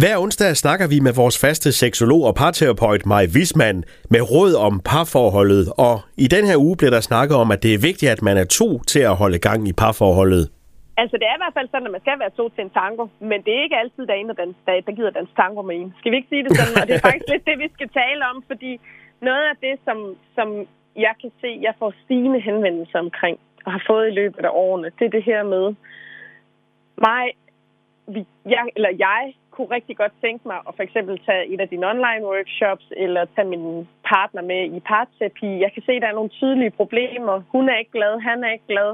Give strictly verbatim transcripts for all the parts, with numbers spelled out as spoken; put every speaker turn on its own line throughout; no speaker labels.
Hver onsdag snakker vi med vores faste seksolog og parterapeut Maj Wismann med råd om parforholdet, og i den her uge bliver der snakket om, at det er vigtigt, at man er to til at holde gang i parforholdet.
Altså, det er i hvert fald sådan, at man skal være to til en tango, men det er ikke altid, der er en, der, der, der gider danse tango med en. Skal vi ikke sige det sådan? Og det er faktisk lidt det, vi skal tale om, fordi noget af det, som, som jeg kan se, jeg får stigende henvendelser omkring, og har fået i løbet af årene, det er det her med mig, vi, jeg, eller jeg kunne rigtig godt tænke mig at for eksempel tage et af dine online workshops, eller tage min partner med i parterapi. Jeg kan se, at der er nogle tydelige problemer. Hun er ikke glad, han er ikke glad.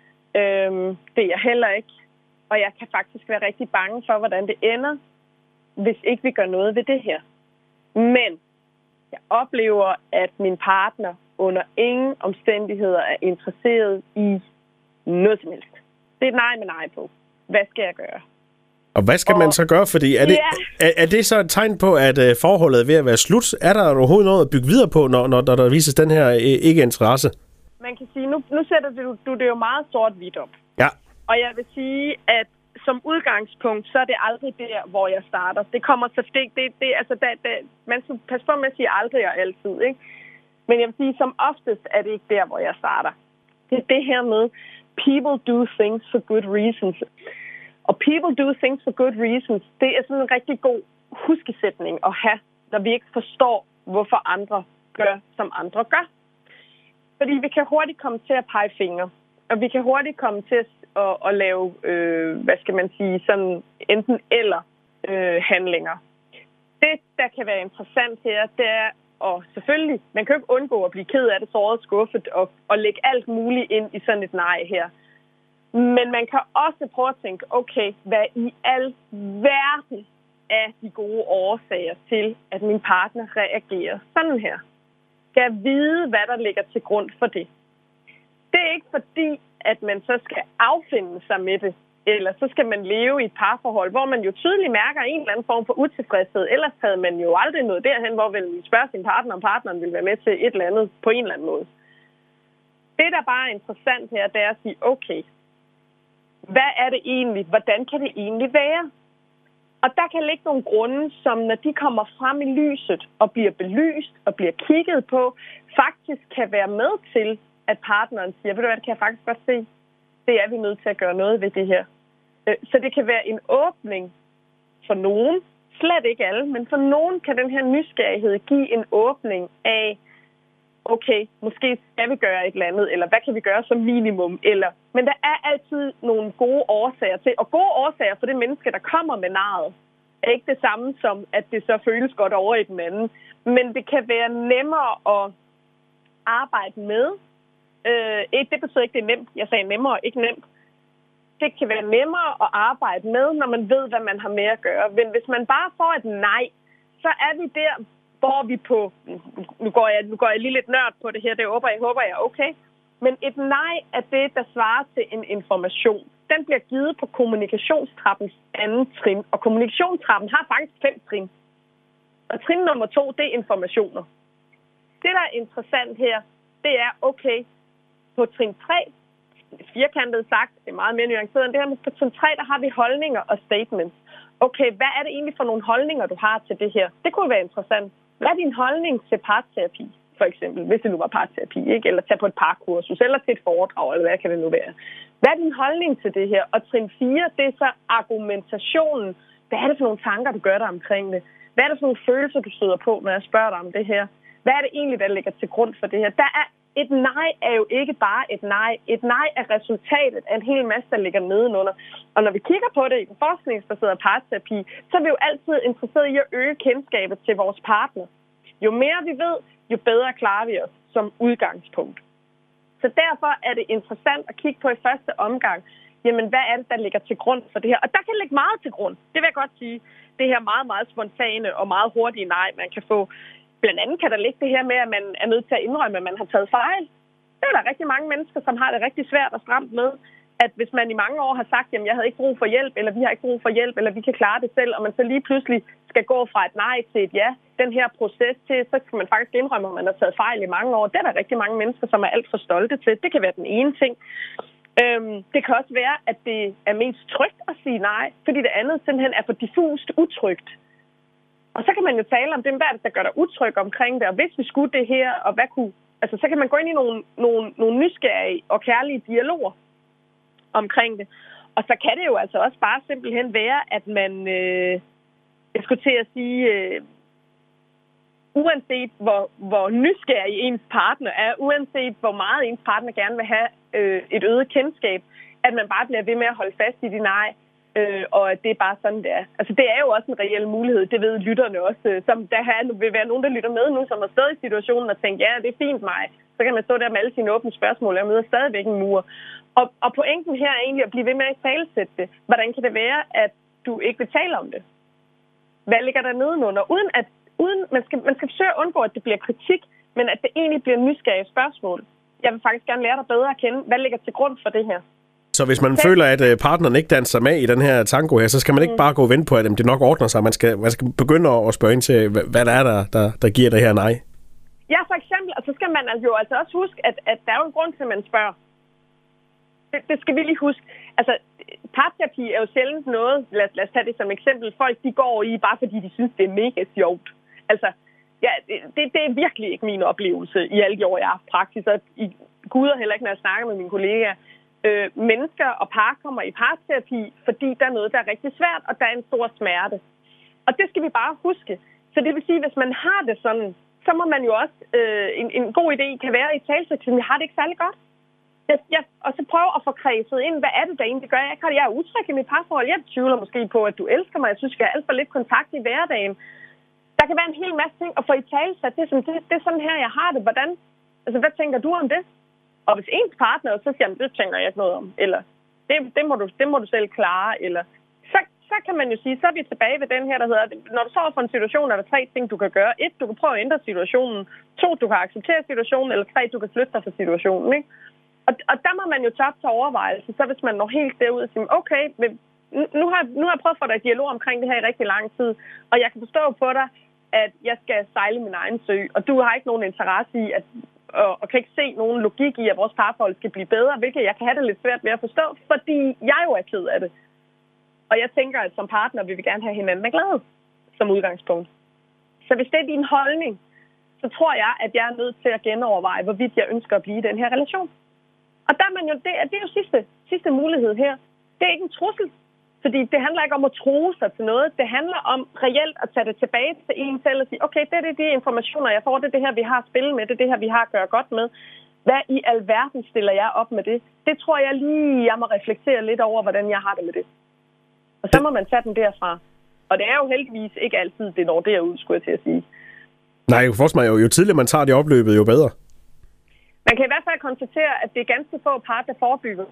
Øhm, det er jeg heller ikke. Og jeg kan faktisk være rigtig bange for, hvordan det ender, hvis ikke vi gør noget ved det her. Men jeg oplever, at min partner under ingen omstændigheder er interesseret i noget som helst. Det er et nej med nej på. Hvad skal jeg gøre?
Og hvad skal og, man så gøre? Fordi er det, yeah. er, er det så et tegn på, at uh, forholdet er ved at være slut? Er der overhovedet noget at bygge videre på, når, når der vises den her uh, ikke-interesse?
Man kan sige, nu, nu sætter du, du det jo meget sort-hvidt op.
Ja.
Og jeg vil sige, at som udgangspunkt, så er det aldrig der, hvor jeg starter. Det kommer så det, det, det altså, det, det, man skal passe på med at sige aldrig og altid, ikke? Men jeg vil sige, som oftest er det ikke der, hvor jeg starter. Det er det her med, people do things for good reasons. Og people do things for good reasons, det er sådan en rigtig god huskesætning at have, når vi ikke forstår, hvorfor andre gør, som andre gør. Fordi vi kan hurtigt komme til at pege fingre, og vi kan hurtigt komme til at, at, at lave, øh, hvad skal man sige, sådan enten eller øh, handlinger. Det, der kan være interessant her, det er, og selvfølgelig, man kan jo ikke undgå at blive ked af det, såret, skuffet, og, og lægge alt muligt ind i sådan et nej her. Men man kan også prøve at tænke, okay, hvad i al verden er de gode årsager til, at min partner reagerer sådan her? Skal jeg vide, hvad der ligger til grund for det? Det er ikke fordi, at man så skal affinde sig med det, eller så skal man leve i et parforhold, hvor man jo tydeligt mærker en eller anden form for utilfredshed. Ellers havde man jo aldrig nået derhen, hvor man spørger sin partner, om partneren vil være med til et eller andet på en eller anden måde. Det, der bare er interessant her, det er at sige, okay, hvad er det egentlig? Hvordan kan det egentlig være? Og der kan ligge nogle grunde, som når de kommer frem i lyset og bliver belyst og bliver kigget på, faktisk kan være med til, at partneren siger, ved du hvad, det kan jeg faktisk godt se. Det er vi nødt til at gøre noget ved det her. Så det kan være en åbning for nogen, slet ikke alle, men for nogen kan den her nysgerrighed give en åbning af, okay, måske skal vi gøre et eller andet, eller hvad kan vi gøre som minimum, eller... Men der er altid nogle gode årsager til, og gode årsager for det menneske, der kommer med narret, er ikke det samme som, at det så føles godt over i den anden. Men det kan være nemmere at arbejde med. Øh, det betyder ikke, det er nemt. Jeg sagde nemmere, ikke nemt. Det kan være nemmere at arbejde med, når man ved, hvad man har med at gøre. Men hvis man bare får et nej, så er vi der, hvor vi på... Nu går jeg, nu går jeg lige lidt nørd på det her, det håber jeg, håber jeg er okay. Men et nej er det, der svarer til en information. Den bliver givet på kommunikationstrappens anden trin. Og kommunikationstrappen har faktisk fem trin. Og trin nummer to, det er informationer. Det, der er interessant her, det er, okay, på trin tre, firkantet sagt, det er meget mere nuanceret end det her, men på trin tre, der har vi holdninger og statements. Okay, hvad er det egentlig for nogle holdninger, du har til det her? Det kunne være interessant. Hvad er din holdning til parterapi, for eksempel, hvis det nu var parterapi, ikke? Eller tage på et parkursus, eller til et foredrag, eller hvad kan det nu være? Hvad er din holdning til det her? Og trin fire, det er så argumentationen. Hvad er det for nogle tanker, du gør dig omkring det? Hvad er det for nogle følelser, du støder på, når jeg spørger dig om det her? Hvad er det egentlig, der ligger til grund for det her? Der er et nej er jo ikke bare et nej. Et nej er resultatet af en hel masse, der ligger nedenunder. Og når vi kigger på det i den forskningsbaserede parterapi, så er vi jo altid interesseret i at øge kendskabet til vores partner. Jo mere vi ved, jo bedre klarer vi os som udgangspunkt. Så derfor er det interessant at kigge på i første omgang, jamen hvad er det, der ligger til grund for det her? Og der kan ligge meget til grund. Det vil jeg godt sige. Det her meget, meget spontane og meget hurtige nej, man kan få. Blandt andet kan der ligge det her med, at man er nødt til at indrømme, at man har taget fejl. Det er der rigtig mange mennesker, som har det rigtig svært og stramt med, at hvis man i mange år har sagt, jamen jeg havde ikke brug for hjælp, eller vi har ikke brug for hjælp, eller vi kan klare det selv, og man så lige pludselig skal gå fra et nej til et ja, den her proces til, så kan man faktisk indrømme, at man har taget fejl i mange år. Det er der rigtig mange mennesker, som er alt for stolte til. Det kan være den ene ting. Øhm, det kan også være, at det er mest trygt at sige nej, fordi det andet simpelthen er for diffust utrygt. Og så kan man jo tale om det, hvad er det, der gør dig utryg omkring det, og hvis vi skulle det her, og hvad kunne... Altså, så kan man gå ind i nogle, nogle, nogle nysgerrige og kærlige dialoger omkring det. Og så kan det jo altså også bare simpelthen være, at man... Øh, jeg skulle til at sige... Øh, uanset hvor, hvor nysgerrig ens partner er, uanset hvor meget ens partner gerne vil have øh, et øget kendskab, at man bare bliver ved med at holde fast i det nej, øh, og at det er bare sådan, det er. Altså, det er jo også en reel mulighed, det ved lytterne også. Øh, som der her vil være nogen, der lytter med nu, som har stået i situationen og tænkt, ja, det er fint mig. Så kan man stå der med alle sine åbne spørgsmål, og møder stadigvæk en mur. Og, og pointen her er egentlig at blive ved med at talsætte det. Hvordan kan det være, at du ikke vil tale om det? Hvad ligger der nedenunder? Uden at Uden, man, skal, man skal forsøge at undgå, at det bliver kritik, men at det egentlig bliver nysgerrige spørgsmål. Jeg vil faktisk gerne lære dig bedre at kende, hvad ligger til grund for det her.
Så hvis man Selv... føler, at partneren ikke danser med i den her tango her, så skal man ikke mm. bare gå og vente på, at det nok ordner sig. Man skal, man skal begynde at spørge ind til, hvad der er, der, der, der giver det her nej.
Ja, for eksempel. Og så skal man jo altså også huske, at, at der er jo en grund til, at man spørger. Det, det skal vi lige huske. Altså, parterapi er jo sjældent noget, lad, lad os tage det som eksempel, folk de går i, bare fordi de synes, det er mega sjovt. Altså, ja, det, det er virkelig ikke min oplevelse i alle de år, jeg har haft praksis, og i guder heller ikke, når jeg snakker med mine kollegaer. Øh, mennesker og par kommer i parterapi, fordi der er noget, der er rigtig svært, og der er en stor smerte. Og det skal vi bare huske. Så det vil sige, hvis man har det sådan, så må man jo også, øh, en, en god idé kan være i talsætning, jeg har det ikke særlig godt. Jeg, jeg, og så prøv at få kredset ind, hvad er det, der egentlig gør? Jeg, jeg er utryg i mit parforhold. Jeg tvivler måske på, at du elsker mig. Jeg synes, jeg har alt for lidt kontakt i hverdagen. Der kan være en hel masse ting at få i talsat. Det, det, det er sådan her, jeg har det. Hvordan? Altså, hvad tænker du om det? Og hvis ens partner så siger, det tænker jeg ikke noget om. Eller, det, det, må du, det må du selv klare. Eller, så, så kan man jo sige, så er vi tilbage ved den her, der hedder, når du står for en situation, er der tre ting, du kan gøre. Et, du kan prøve at ændre situationen. To, du kan acceptere situationen. Eller tre, du kan flytte dig fra situationen, ikke? Og, og der må man jo tage op til overvejelse, så hvis man når helt derud og siger, okay, men nu har, nu har jeg prøvet at få dig dialog omkring det her i rigtig lang tid, og jeg kan forstå på dig, at jeg skal sejle min egen sø, og du har ikke nogen interesse i, at, og, og kan ikke se nogen logik i, at vores parforhold skal blive bedre, hvilket jeg kan have det lidt svært ved at forstå, fordi jeg jo er ked af det. Og jeg tænker, at som partner vil vi gerne have hinanden er glade, som udgangspunkt. Så hvis det er din holdning, så tror jeg, at jeg er nødt til at genoverveje, hvorvidt jeg ønsker at blive i den her relation. Og der er man jo, det, er, det er jo sidste, sidste mulighed her. Det er ikke en trussel, fordi det handler ikke om at true sig til noget. Det handler om reelt at tage det tilbage til en selv og sige, okay, det er de informationer, jeg får, det er det her, vi har at spille med, det er det her, vi har at gøre godt med. Hvad i alverden stiller jeg op med det? Det tror jeg lige, jeg må reflektere lidt over, hvordan jeg har det med det. Og så må man tage den derfra. Og det er jo heldigvis ikke altid, det når derud, skulle jeg til at sige.
Nej, jeg kan forstille mig, jo, jo tidligere man tager det opløbet, jo bedre.
Man kan i hvert fald konstatere, at det er ganske få par, der forebygger.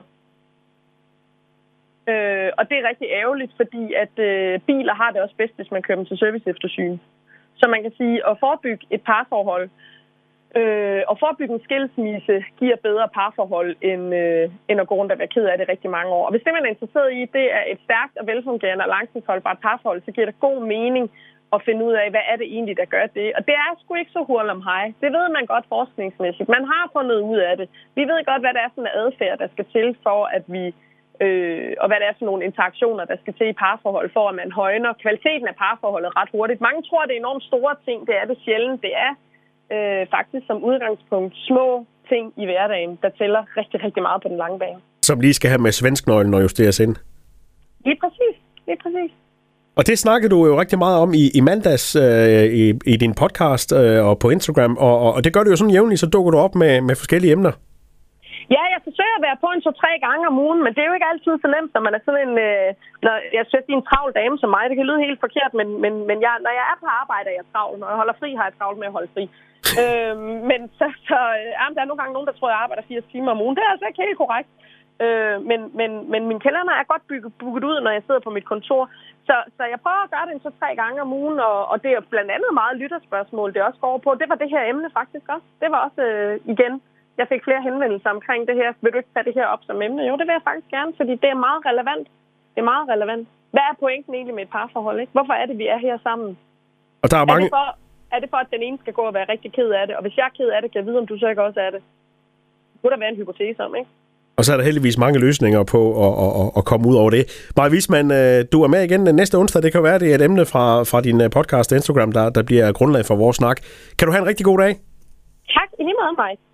Øh, og det er rigtig ærgerligt, fordi at øh, biler har det også bedst, hvis man kører dem til service eftersyn. Så man kan sige, at forebygge et parforhold øh, og forebygge en skilsmisse giver bedre parforhold, end, øh, end at gå rundt og være ked af det rigtig mange år. Og hvis det, man er interesseret i, det er et stærkt og velfungerende og langtidsholdbart parforhold, så giver det god mening at finde ud af, hvad er det egentlig, der gør det. Og det er sgu ikke så hurtigt om hej. Det ved man godt forskningsmæssigt. Man har fundet ud af det. Vi ved godt, hvad det er for en adfærd, der skal til for, at vi... Øh, og hvad det er for nogle interaktioner, der skal til i parforhold, for at man højner kvaliteten af parforholdet ret hurtigt. Mange tror, det er enormt store ting. Det er det sjældent. Det er øh, faktisk som udgangspunkt små ting i hverdagen, der tæller rigtig, rigtig meget på den lange bane. Som
lige skal have med svensknøglen og justeres ind.
Lige præcis. Lige præcis.
Og det snakker du jo rigtig meget om i, i mandags øh, i, i din podcast øh, og på Instagram, og, og det gør du jo sådan jævnligt, så dukker du op med, med forskellige emner.
Ja, jeg forsøger at være på en to-tre gange om ugen, men det er jo ikke altid så nemt, når man er sådan en... Øh, når jeg synes, det er en travl dame som mig. Det kan lyde helt forkert, men, men, men jeg, når jeg er på arbejde, er jeg travl. Når jeg holder fri, har jeg travlt med at holde fri. øh, men så, så øh, der er nogle gange nogen, der tror, jeg arbejder firs timer om ugen. Det er altså ikke helt korrekt. Øh, men, men, men min kalender er godt bygget, bygget ud, når jeg sidder på mit kontor. Så, så jeg prøver at gøre det en to-tre gange om ugen, og, og det er blandt andet meget lytterspørgsmål, det også går på. Det var det her emne faktisk også. Det var også øh, igen... Jeg fik flere henvendelser omkring det her. Vil du ikke tage det her op som emne? Jo, det vil jeg faktisk gerne, fordi det er meget relevant. Det er meget relevant. Hvad er pointen egentlig med et parforhold, ikke? Hvorfor er det, vi er her sammen?
Og der er, mange...
er, det for, er det for, at den ene skal gå og være rigtig ked af det? Og hvis jeg er ked af det, kan jeg vide, om du så ikke også er det? Det kunne der være en hypotese om, ikke?
Og så er der heldigvis mange løsninger på at, at, at komme ud over det. Maja Wissmann, du er med igen næste onsdag. Det kan være, det er et emne fra, fra din podcast Instagram, der, der bliver grundlag for vores snak. Kan du have en rigtig god dag?
Tak, i lige måde, Mike.